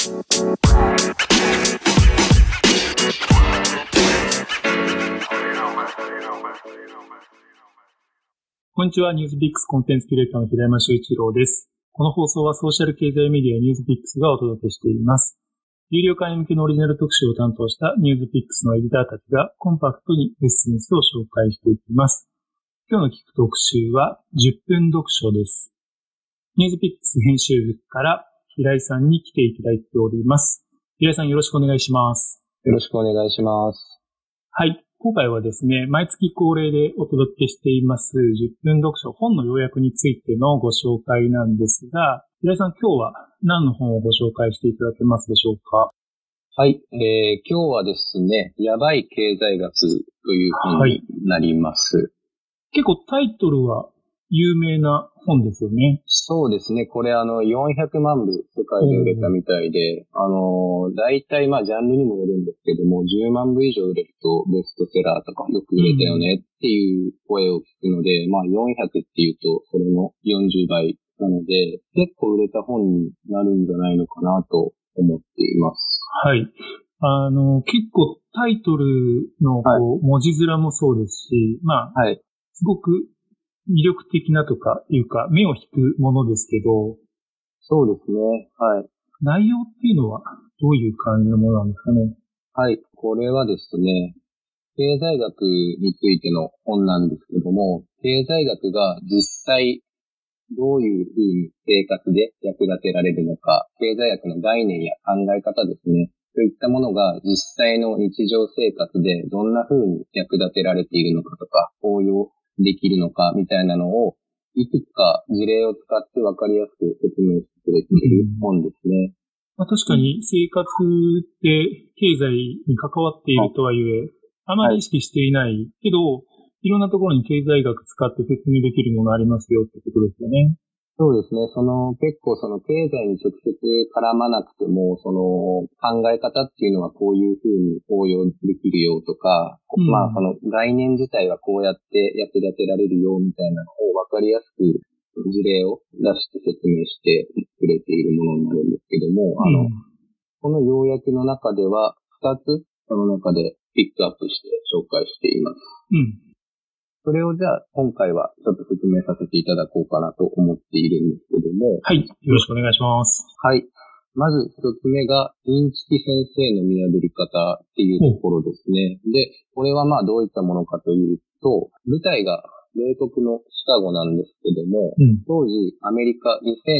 こんにちは。ニュースピックスコンテンツキュレーターの平山修一郎です。この放送はソーシャル経済メディアニュースピックスがお届けしています。有料会員向けのオリジナル特集を担当したニュースピックスのエディターたちがコンパクトにエッセンスを紹介していきます。今日の聞く特集は10分読書です。ニュースピックス編集部から平井さんに来ていただいております。平井さんよろしくお願いします。 よろしくお願いします。 はい。今回はですね、毎月恒例でお届けしています10分読書、本の要約についてのご紹介なんですが、平井さん今日は何の本をご紹介していただけますでしょうか？ はい。今日はですね、やばい経済学という本になります。はい、 結構タイトルは有名な本ですよね。 そうですね。これ400万部世界で売れたみたいで、大体ジャンルにもよるんですけども、10万部以上売れるとベストセラーとかよく売れたよねっていう声を聞くので、400っていうとそれの40倍なので、結構売れた本になるんじゃないのかなと思っています。 はい。結構タイトルの文字面もそうですし、 はい、 すごく魅力的なとかいうか、目を引くものですけど。 そうですね。はい。 内容っていうのはどういう感じのものなんですかね？ はい。これはですね、経済学についての本なんですけども、経済学が実際どういうふうに生活で役立てられるのか、経済学の概念や考え方ですね、といったものが実際の日常生活でどんなふうに役立てられているのかとか、応用できるのかみたいなのを、いくつか事例を使ってわかりやすく説明してくれている本ですね。 確かに生活って経済に関わっているとはいえ、あまり意識していないけど、いろんなところに経済学使って説明できるものありますよってことですよね。 そうですね。結構経済に直接絡まなくても、考え方っていうのはこういうふうに応用できるよとか、概念自体はこうやって役立てられるよみたいなのをわかりやすく事例を出して説明してくれているものになるんですけども、この要約の中では2つその中でピックアップして紹介しています。それをじゃあ今回はちょっと説明させていただこうかなと思っているんですけども。 はい。よろしくお願いします。 はい。まず一つ目が、インチキ先生の見破り方っていうところですね。で、これはどういったものかというと、舞台が米国のシカゴなんですけども、当時アメリカ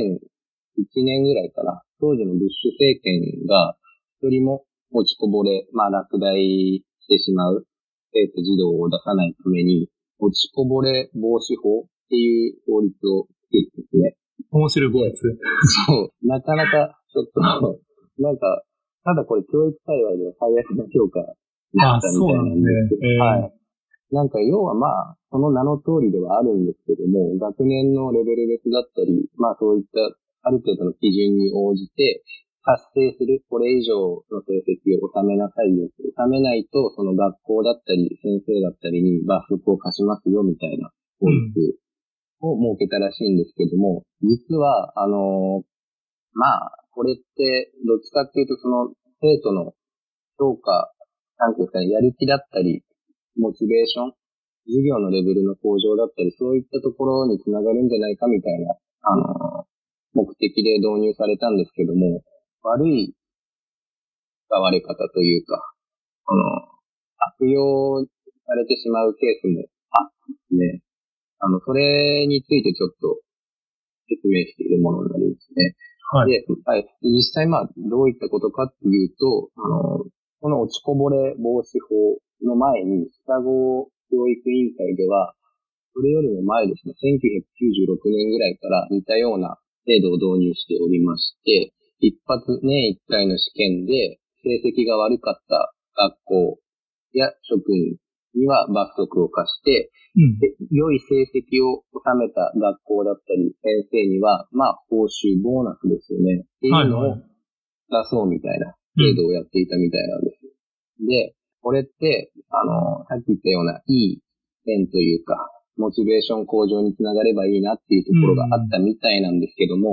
2001年ぐらいから、当時のブッシュ政権が一人も落ちこぼれ、落第してしまう生徒児童を出さないために、落ちこぼれ防止法っていう法律を作ってですね。 面白い法律。 そう。なかなか、ちょっと、ただこれ教育界隈では最悪な評価だったみたいなんですけど、はい。要はその名の通りではあるんですけども、学年のレベル別だったり、そういったある程度の基準に応じて、達成する、これ以上の成績を収めなさいよ。収めないと、その学校だったり、先生だったりに罰則を課しますよ、みたいな法律を設けたらしいんですけども、実は、これって、どっちかっていうと、生徒の評価、なんていうんですかね、やる気だったり、モチベーション、授業のレベルの向上だったり、そういったところにつながるんじゃないかみたいな、目的で導入されたんですけども、悪い使われ方というか、悪用されてしまうケースもあってですね、それについてちょっと説明しているものになりますね。 はい。 で、実際どういったことかっていうと、この落ちこぼれ防止法の前に、シカゴ教育委員会では、それよりも前ですね、1996年ぐらいから似たような制度を導入しておりまして、年一回の試験で成績が悪かった学校や職員には罰則を課して、良い成績を収めた学校だったり先生には、報酬、ボーナスですよね。っていうのを出そうみたいな制度をやっていたみたいなんです。で、これって、さっき言ったような、いい面というか、モチベーション向上につながればいいなっていうところがあったみたいなんですけども、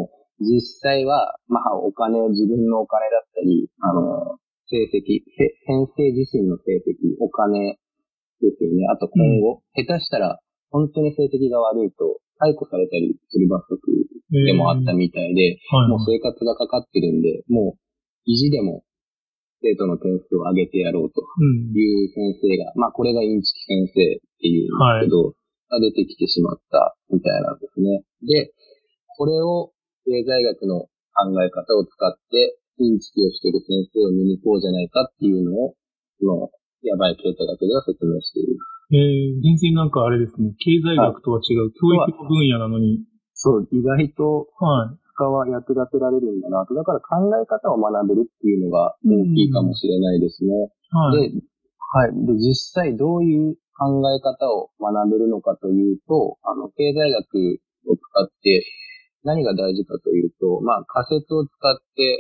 実際は、まあ、自分のお金だったり、成績、先生自身の成績、お金ですよね。あと今後、下手したら、本当に成績が悪いと、解雇されたりする罰則でもあったみたいで、もう生活がかかってるんで、もう、意地でも、生徒の点数を上げてやろうという先生が、まあこれがインチキ先生っていうんですけど、が出てきてしまったみたいなんですね。で、これを経済学の考え方を使って、インチキをしている先生を見抜こうじゃないかっていうのを、やばい経済学では説明している。 全然なんかあれですね。経済学とは違う教育の分野なのに。 そう、意外と、役立てられるんだなと。だから考え方を学べるっていうのが大きいかもしれないですね。で、実際どういう考え方を学べるのかというと、経済学を使って何が大事かというと、まあ仮説を使って、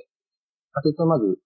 仮説をまず、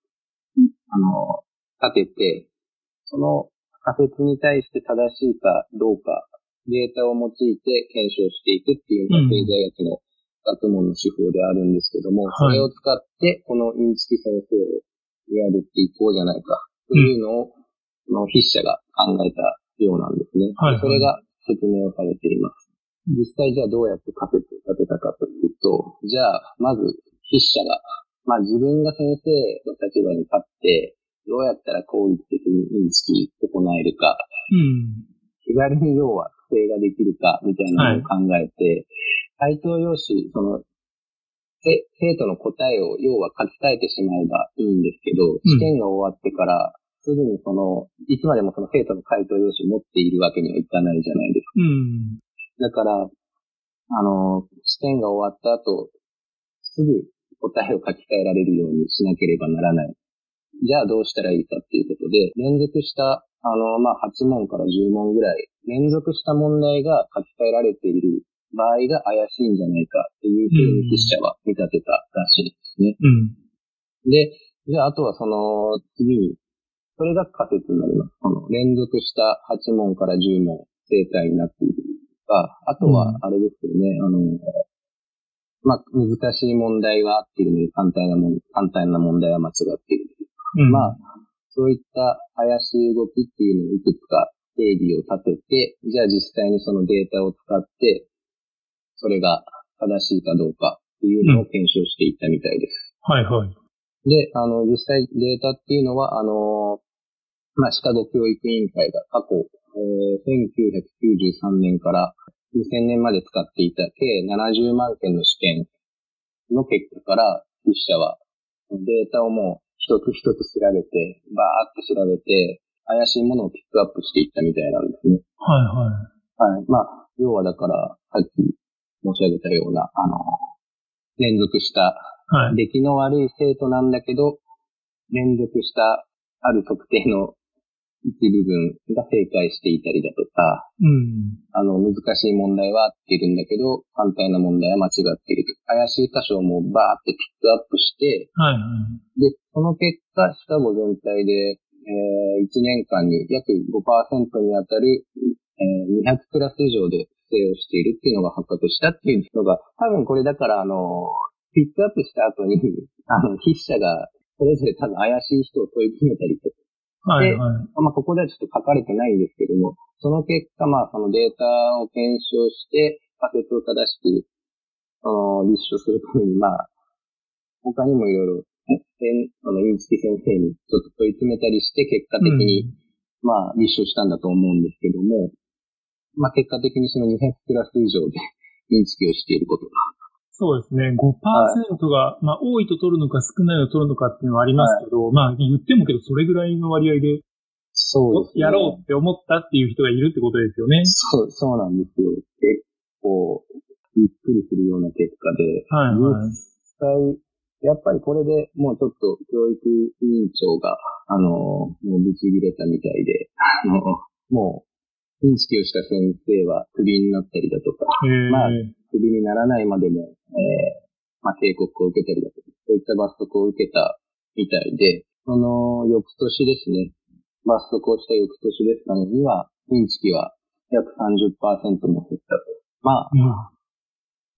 立てて、その仮説に対して正しいかどうか、データを用いて検証していくっていうのが経済学の学問の手法であるんですけども、それを使って、このインチキ先生をやるっていこうじゃないか、というのを、筆者が考えたようなんですね。それが説明をされています。実際じゃあどうやって仮説を立てたかというと、じゃあ、まず筆者が、まあ自分が先生の立場に立って、どうやったら効率的にインチキ行えるか、気軽に要は不正ができるか、みたいなのを考えて、回答用紙、生徒の答えを要は書き換えてしまえばいいんですけど、試験が終わってから、すぐにいつまでもその生徒の回答用紙を持っているわけにはいかないじゃないですか。だから、試験が終わった後、すぐ答えを書き換えられるようにしなければならない。じゃあどうしたらいいかっていうことで、連続した、8問から10問ぐらい、連続した問題が書き換えられている場合が怪しいんじゃないかっていうふうに筆者は見立てたらしいですね。で、じゃああとは次に、それが仮説になります。連続した8問から10問正解になっているか、あとはあれですよね、難しい問題は合っているのに簡単な問題は間違っている。そういった怪しい動きっていうのをいくつか定義を立てて、じゃあ実際にそのデータを使って、それが正しいかどうかっていうのを検証していったみたいです。で、実際データっていうのは、シカゴ教育委員会が過去、1993年から2000年まで使っていた計70万件の試験の結果から筆者はデータをもう一つ一つ調べて、バーって調べて、怪しいものをピックアップしていったみたいなんですね。要はだから、さっき申し上げたような、連続した、出来の悪い生徒なんだけど、連続したある特定の一部分が正解していたりだとか、難しい問題は合っているんだけど、簡単な問題は間違っている。怪しい箇所をもうバーってピックアップして、で、その結果、シカゴ全体で、1年間に約 5% にあたる、200クラス以上で不正をしているっていうのが発覚したっていうのが、多分これだからピックアップした後に、筆者がそれぞれ多分怪しい人を問い詰めたりとか、ここではちょっと書かれてないんですけども、その結果、そのデータを検証して、仮説を正しく、立証するために、他にもいろいろ、インチキ先生にちょっと問い詰めたりして、結果的に、立証したんだと思うんですけども、結果的にその200クラス以上でインチキをしていることが。 そうですね。5% が、多いと取るのか少ないと取るのかっていうのはありますけど、言ってもけどそれぐらいの割合で、やろうって思ったっていう人がいるってことですよね。 そうなんですよ。結構、びっくりするような結果で、実際、やっぱりこれでもうちょっと教育委員長が、もうぶち切れたみたいで、もう、インチキをした先生はクビになったりだとか、クビにならないまでも、警告を受けたりだとか、そういった罰則を受けたみたいで、その翌年ですね、罰則をした翌年ですのには、インチキは約 30% も減ったと。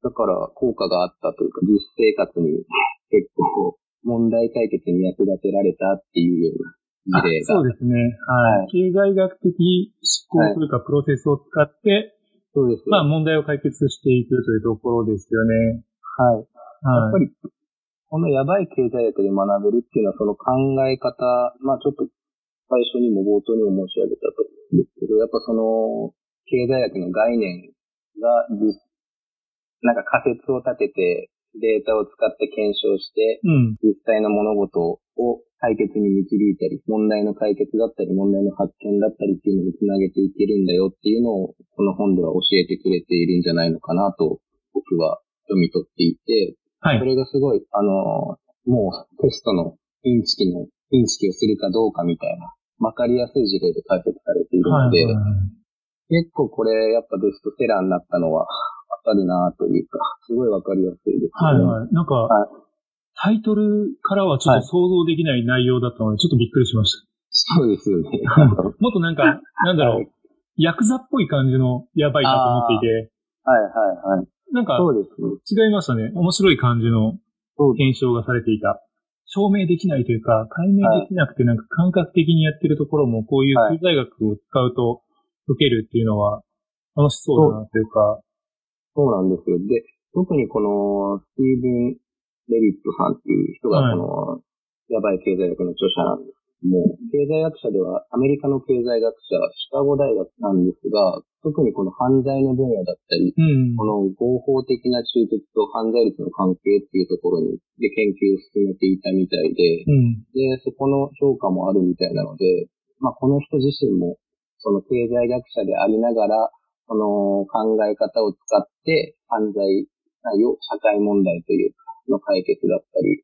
だから効果があったというか、実生活に結構問題解決に役立てられたっていうような事例が。 そうですね。はい。経済学的思考というかプロセスを使って、 そうです。 問題を解決していくというところですよね。 はい。やっぱり、このやばい経済学で学べるっていうのはその考え方、ちょっと最初にも冒頭にも申し上げたと思うんですけど、やっぱその経済学の概念がなんか仮説を立ててデータを使って検証して、実際の物事を解決に導いたり、問題の解決だったり、問題の発見だったりっていうのにつなげていけるんだよっていうのを、この本では教えてくれているんじゃないのかなと、僕は読み取っていて、はい、それがすごい、もうテストのインチキをするかどうかみたいな、わかりやすい事例で解説されているので、結構これやっぱベストセラーになったのは、わかるなというか、すごいわかりやすいですね。 はいはい。なんか、タイトルからはちょっと想像できない内容だったので、ちょっとびっくりしました。 そうですよね。 もっとなんか、ヤクザっぽい感じのやばいなと思っていて。 はい。なんか、そうですね。違いましたね。面白い感じの検証がされていた。証明できないというか、解明できなくてなんか感覚的にやってるところも、こういう経済学を使うと解けるっていうのは楽しそうだなというか。 そうなんですよ。で、特にこのスティーブン・レビットさんっていう人がこの、やばい経済学の著者なんですけども、経済学者ではアメリカの経済学者、シカゴ大学なんですが、特にこの犯罪の分野だったり、この合法的な中絶と犯罪率の関係っていうところで研究を進めていたみたいで、で、そこの評価もあるみたいなので、この人自身も、その経済学者でありながら、その考え方を使って犯罪、社会問題というか、の解決だったり、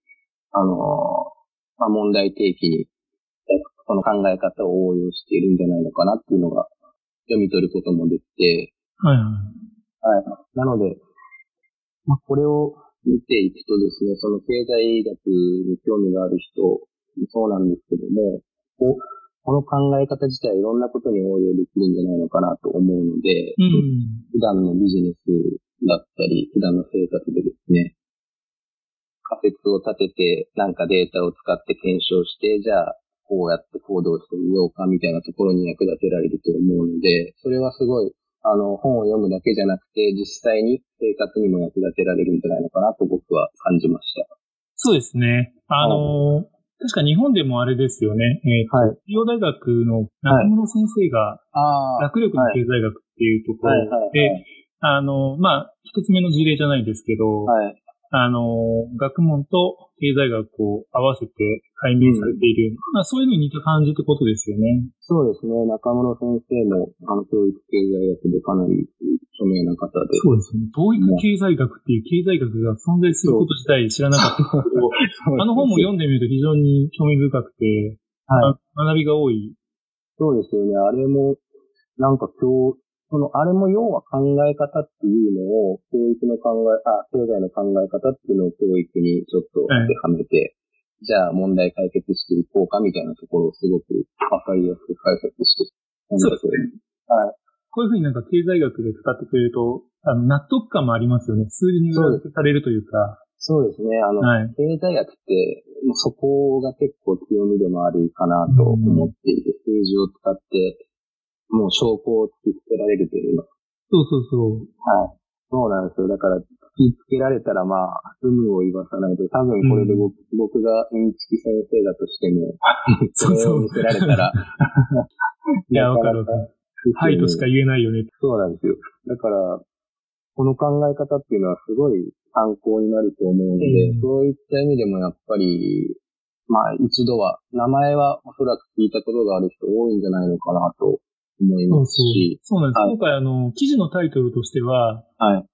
問題提起に、その考え方を応用しているんじゃないのかなっていうのが読み取ることもできて、なので、これを見ていくとですね、その経済学に興味がある人もそうなんですけども、この考え方自体いろんなことに応用できるんじゃないのかなと思うので、普段のビジネスだったり、普段の生活でですね、仮説を立てて、なんかデータを使って検証して、じゃあ、こうやって行動してみようかみたいなところに役立てられると思うので、それはすごい、本を読むだけじゃなくて、実際に生活にも役立てられるんじゃないのかなと僕は感じました。 そうですね。確か日本でもあれですよね。医療大学の中室先生が、学力の経済学っていうところで、一つ目の事例じゃないですけど、学問と経済学を合わせて解明されている。そういうのに似た感じってことですよね。 そうですね。中室先生も、教育経済学でかなり著名な方で。 そうですね。教育経済学っていう経済学が存在すること自体知らなかったんですけど、本も読んでみると非常に興味深くて、学びが多い。 そうですよね。あれも、なんかあれも要は考え方っていうのを、経済の考え方っていうのを教育にちょっと当てはめて、じゃあ問題解決していこうかみたいなところをすごくわかりやすく解説して。 そうですね。こういうふうになんか経済学で使ってくれると、納得感もありますよね。数字に裏付けされるというか。 そうですね。経済学って、そこが結構強みでもあるかなと思っていて、数字を使って、もう証拠を突きつけられるというの。 そう。 そうなんですよ。だから、突きつけられたら有無を言わさないと、多分これで僕がインチキ先生だとしても、それを見せられたら。 いや、わかる。はいとしか言えないよね。 そうなんですよ。だから、この考え方っていうのはすごい参考になると思うので、そういった意味でもやっぱり、一度は、名前はおそらく聞いたことがある人多いんじゃないのかなと思いますし。 そうなんです。今回記事のタイトルとしては、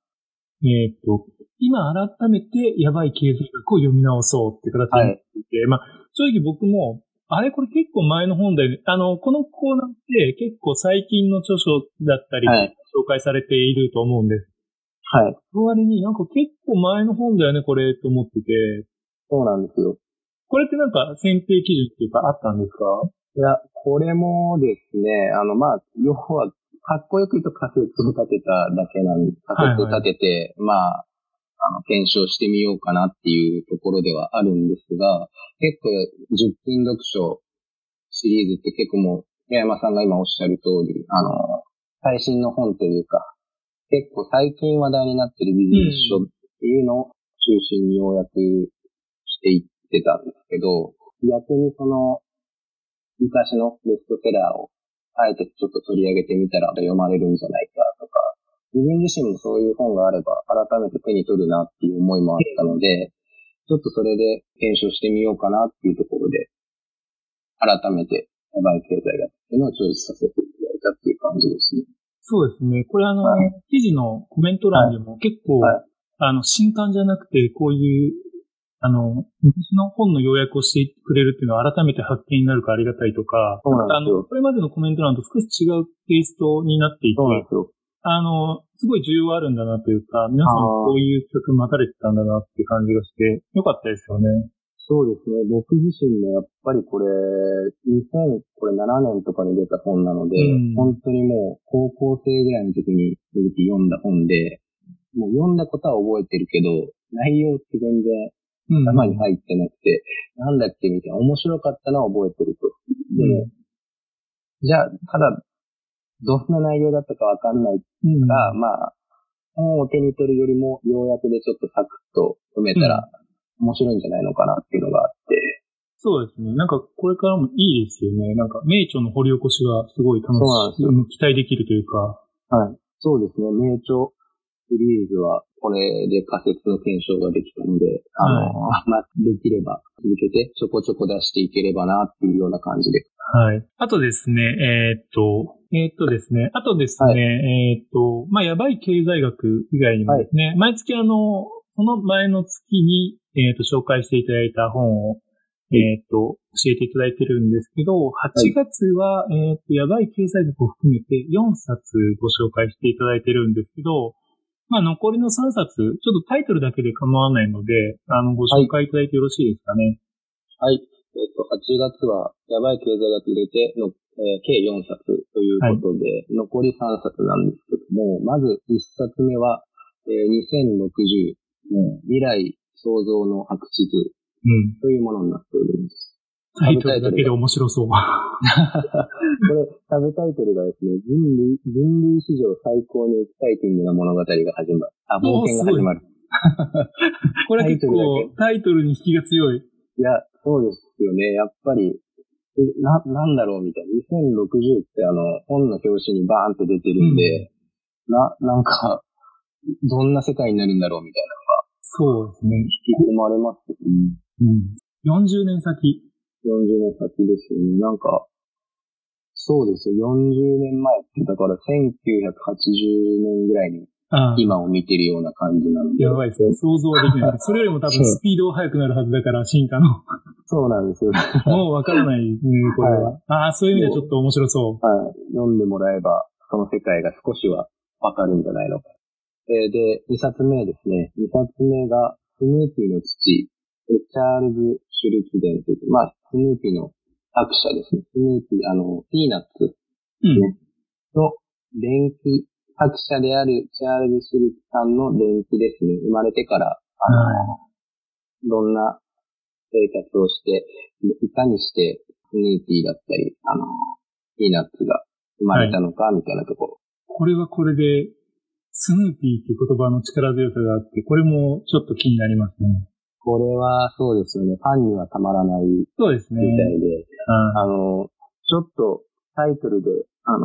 今改めてやばい経済学を読み直そうって形になっていて、正直僕も、これ結構前の本だよね。このコーナーって結構最近の著書だったり、紹介されていると思うんです。その割になんか結構前の本だよね、これと思ってて。 そうなんですよ。 これってなんか選定基準っていうかあったんですか？ いや、これもですね、要は、かっこよく言うと仮説を立てただけなんです。仮説を立てて、 検証してみようかなっていうところではあるんですが、結構10分読書シリーズって結構もう、平山さんが今おっしゃる通り、最新の本というか、結構最近話題になってるビジネス書っていうのを中心に要約していってたんですけど、逆にその昔のベストセラーをあえてちょっと取り上げてみたら読まれるんじゃないかとか、自分自身もそういう本があれば改めて手に取るなっていう思いもあったので、ちょっとそれで検証してみようかなっていうところで、改めてやばい経済学っていうのをチョイスさせていただいたっていう感じですね。 そうですね。これ記事のコメント欄にも結構、新刊じゃなくて、こういう、昔の本の要約をしてくれるっていうのは改めて発見になるからありがたいとか、 そうなんですよ。 これまでのコメント欄と少し違うテイストになっていて、 そうなんですよ。 すごい需要あるんだなというか、皆さんこういう企画待たれてたんだなっていう感じがして、よかったですよね。 そうですね。僕自身もやっぱりこれ、2007年とかに出た本なので、本当にもう高校生ぐらいの時に読んだ本で、もう読んだことは覚えてるけど、内容って全然頭に入ってなくて、なんだっけみたいな、面白かったのは覚えてると。で、じゃあ、ただ、どんな内容だったかわかんないから、まあ、本を手に取るよりも、要約でちょっとサクッと読めたら、面白いんじゃないのかなっていうのがあって。 そうですね。なんか、これからもいいですよね。なんか、名著の掘り起こしがすごい楽しい。期待できるというか。 はい。そうですね。名著シリーズは、これで仮説の検証ができたので、まあ、できれば続けてちょこちょこ出していければなっていうような感じで。 はい。あとですね、ですね、まあ、やばい経済学以外にもですね、毎月その前の月に、紹介していただいた本を、教えていただいてるんですけど、8月は、やばい経済学を含めて4冊ご紹介していただいてるんですけど、まあ、残りの3冊、ちょっとタイトルだけで構わないので、ご紹介いただいてよろしいですかね。 はい。8月は、やばい経済学入れての、計4冊ということで、残り3冊なんですけども、まず1冊目は、2060、未来創造の白地図というものになっております。 タイトルだけで面白そう。 これ、サブタイトルがですね、人類史上最高にエキサイティングな物語が始まる。冒険が始まる。 これ結構タイトルに引きが強い。 いや、そうですよね。やっぱり、なんだろうみたいな。2060って本の表紙にバーンと出てるんで、なんか、どんな世界になるんだろうみたいなのが。そうですね。 引き込まれますね。 40年先。 40年先ですよね。なんか、そうですよ。40年前って、だから1980年ぐらいに今を見てるような感じなので。 やばいですね。想像はできない。それよりも多分スピードが速くなるはずだから、進化の。 そうなんですよ。 もうわからないね、これは。そういう意味ではちょっと面白そう。 はい。読んでもらえば、その世界が少しはわかるんじゃないのか。で、2冊目ですね。2冊目が、スヌーピーの父、チャールズ・シュルツデンという、まあ、スヌーピーの作者ですね。スヌーピー、ピーナッツ、の伝記、作者であるチャールズ・シュルツさんの伝記ですね。生まれてから、どんな生活をして、いかにしてスヌーピーだったり、ピーナッツが生まれたのか、みたいなところ。 これはこれで、スヌーピーっていう言葉の力強さがあって、これもちょっと気になりますね。 これはそうですよね。ファンにはたまらないみたいで、ちょっとタイトルで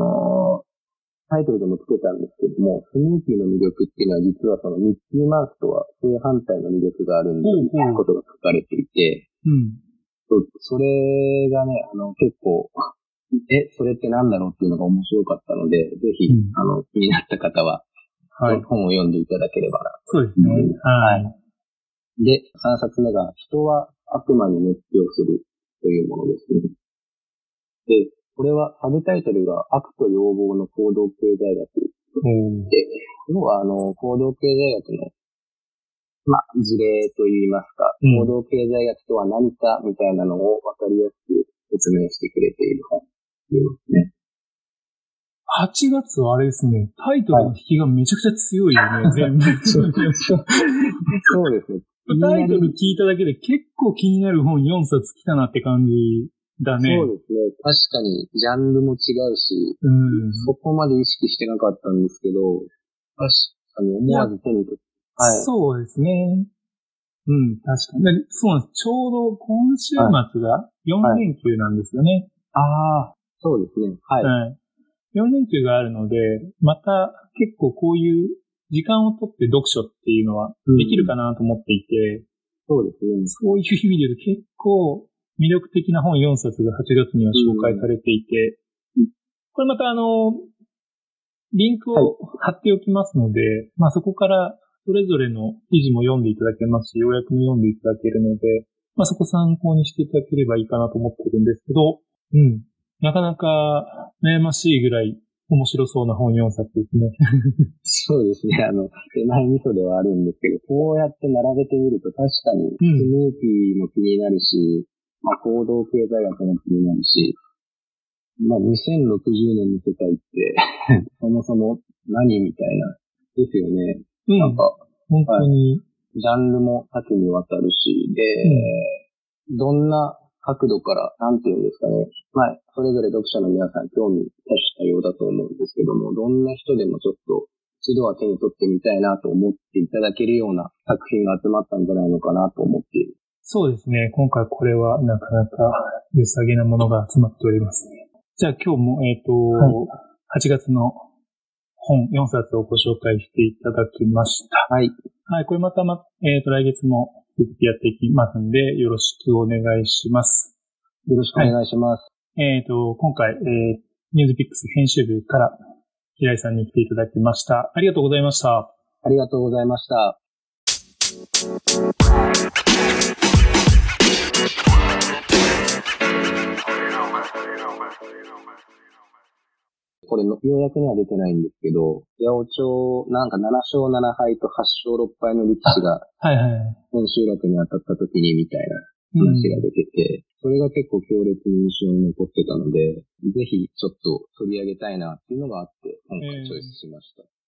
もつけたんですけども、スヌーピーの魅力っていうのは実はそのミッキーマウスとは正反対の魅力があるんだということが書かれていて、それがね、結構、それってなんだろうっていうのが面白かったので、ぜひ、気になった方は、本を読んでいただければな。 そうですね。はい。 で、3冊目が、人は悪魔に熱狂するというものですね。で、これはサブタイトルが悪と要望の行動経済学で、要は行動経済学の、事例といいますか、行動経済学とは何かみたいなのを分かりやすく説明してくれている本ですね。 8月はあれですね、タイトルの引きがめちゃくちゃ強いよね、全部。 そうですね。 タイトル聞いただけで結構気になる本4冊来たなって感じだね。 そうですね。確かに、ジャンルも違うし、そこまで意識してなかったんですけど、確かに思わず手に取って。 はい。そうですね。うん、確かに。そうなんです。ちょうど今週末が4連休なんですよね。 ああ、そうですね。はい。 4連休があるので、また結構こういう時間をとって読書っていうのはできるかなと思っていて、 そうですね。 そういう意味で言うと結構魅力的な本4冊が8月には紹介されていて、これまたリンクを貼っておきますので、まあそこからそれぞれの記事も読んでいただけますし、要約も読んでいただけるので、まあそこ参考にしていただければいいかなと思ってるんですけど、なかなか悩ましいぐらい面白そうな本4冊ですね。 そうですね。手前味噌ではあるんですけど、こうやって並べてみると確かに、スヌーピーも気になるし、まあ行動経済学も気になるし、まあ2060年の世界ってそもそも何みたいな、ですよね。なんか、 本当に、 ジャンルも多岐にわたるし、で、どんな角度から、なんていうんですかね。まあ、それぞれ読者の皆さん興味多種多様だと思うんですけども、どんな人でもちょっと一度は手に取ってみたいなと思っていただけるような作品が集まったんじゃないのかなと思っている。 そうですね。今回これはなかなか良さげなものが集まっておりますね。じゃあ今日も、8月の本4冊をご紹介していただきました。 はい。 はい、これまた来月も続きやっていきますんで、よろしくお願いします。 よろしくお願いします。 今回、ニュースピックス編集部から平井さんに来ていただきました。ありがとうございました。 ありがとうございました。これの要約には出てないんですけど、八百長なんか7勝7敗と8勝6敗の力士が、千秋楽に当たった時にみたいな話が出てて、それが結構強烈に印象に残ってたので、ぜひちょっと取り上げたいなっていうのがあって、今回チョイスしました。